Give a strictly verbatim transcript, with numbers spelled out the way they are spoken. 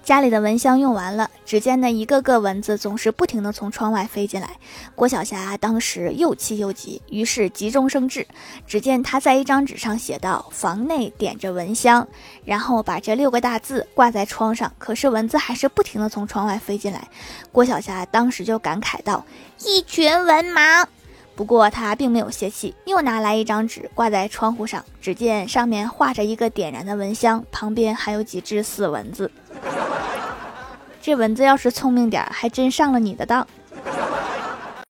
家里的蚊香用完了，只见那一个个蚊子总是不停地从窗外飞进来。郭晓霞当时又气又急，于是急中生智，只见他在一张纸上写道：房内点着蚊香，然后把这六个大字挂在窗上。可是蚊子还是不停地从窗外飞进来。郭晓霞当时就感慨道：一群文盲。不过他并没有泄气，又拿来一张纸挂在窗户上，只见上面画着一个点燃的蚊香，旁边还有几只死蚊子。这蚊子要是聪明点，还真上了你的当。